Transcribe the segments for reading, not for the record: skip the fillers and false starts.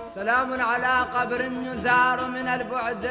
سلام على قبر يزار من البعد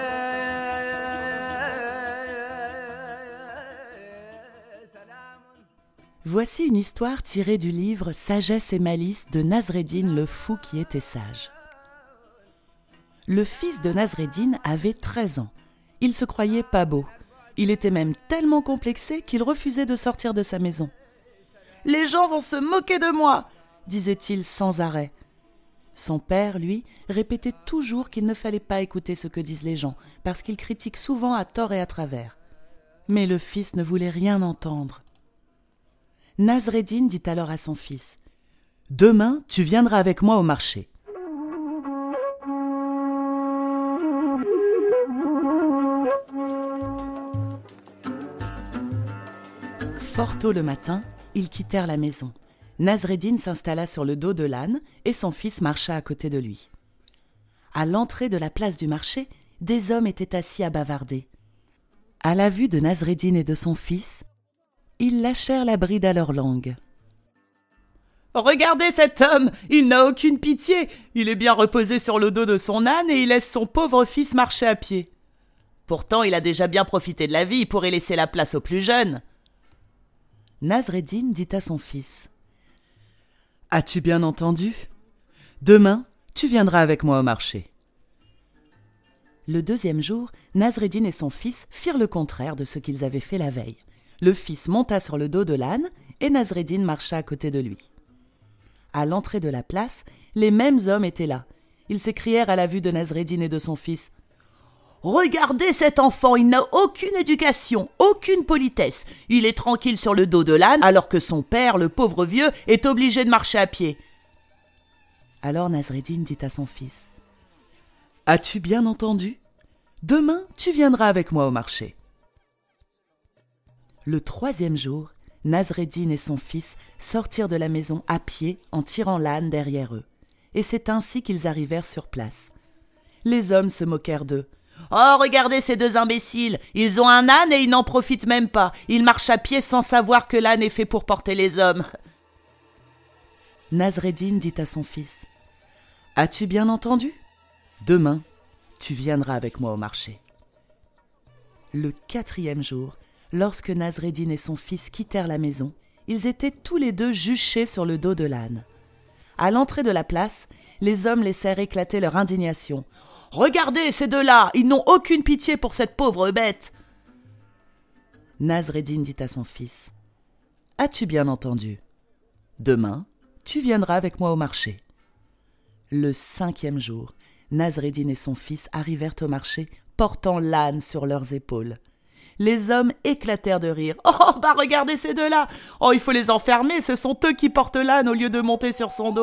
سلام. Voici une histoire tirée du livre Sagesse et malice de Nasreddin le fou qui était sage. Le fils de Nasreddin avait 13 ans. Il se croyait pas beau. Il était même tellement complexé qu'il refusait de sortir de sa maison. « Les gens vont se moquer de moi !» disait-il sans arrêt. Son père, lui, répétait toujours qu'il ne fallait pas écouter ce que disent les gens, parce qu'ils critiquent souvent à tort et à travers. Mais le fils ne voulait rien entendre. Nasreddin dit alors à son fils « Demain, tu viendras avec moi au marché. » Fort tôt le matin, ils quittèrent la maison. Nasreddin s'installa sur le dos de l'âne et son fils marcha à côté de lui. À l'entrée de la place du marché, des hommes étaient assis à bavarder. À la vue de Nasreddin et de son fils, ils lâchèrent la bride à leur langue. « Regardez cet homme, il n'a aucune pitié. Il est bien reposé sur le dos de son âne et il laisse son pauvre fils marcher à pied. Pourtant, il a déjà bien profité de la vie, il pourrait laisser la place aux plus jeunes. » Nasreddin dit à son fils « As-tu bien entendu ? Demain, tu viendras avec moi au marché. » Le deuxième jour, Nasreddin et son fils firent le contraire de ce qu'ils avaient fait la veille. Le fils monta sur le dos de l'âne et Nasreddin marcha à côté de lui. À l'entrée de la place, les mêmes hommes étaient là. Ils s'écrièrent à la vue de Nasreddin et de son fils « Regardez cet enfant, il n'a aucune éducation, aucune politesse. Il est tranquille sur le dos de l'âne, alors que son père, le pauvre vieux, est obligé de marcher à pied. » Alors Nasreddin dit à son fils « As-tu bien entendu ? Demain, tu viendras avec moi au marché. » Le troisième jour, Nasreddin et son fils sortirent de la maison à pied en tirant l'âne derrière eux. Et c'est ainsi qu'ils arrivèrent sur place. Les hommes se moquèrent d'eux. « Oh, regardez ces deux imbéciles, ils ont un âne et ils n'en profitent même pas. Ils marchent à pied sans savoir que l'âne est fait pour porter les hommes. » Nasreddin dit à son fils « As-tu bien entendu ? Demain, tu viendras avec moi au marché. » Le quatrième jour, lorsque Nasreddin et son fils quittèrent la maison, ils étaient tous les deux juchés sur le dos de l'âne. À l'entrée de la place, les hommes laissèrent éclater leur indignation. « Regardez ces deux-là, ils n'ont aucune pitié pour cette pauvre bête. » Nasreddin dit à son fils « As-tu bien entendu ? Demain, tu viendras avec moi au marché. » Le cinquième jour, Nasreddin et son fils arrivèrent au marché, portant l'âne sur leurs épaules. Les hommes éclatèrent de rire. « Oh, bah regardez ces deux-là! Oh, il faut les enfermer, ce sont eux qui portent l'âne au lieu de monter sur son dos. »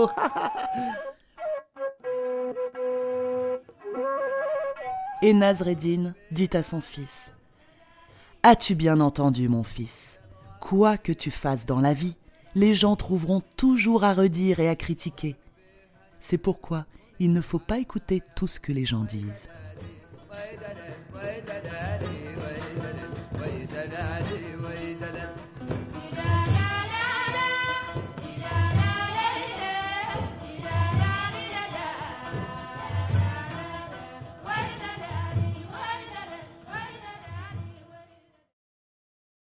Et Nasreddin dit à son fils « As-tu bien entendu, mon fils ? Quoi que tu fasses dans la vie, les gens trouveront toujours à redire et à critiquer. C'est pourquoi il ne faut pas écouter tout ce que les gens disent. »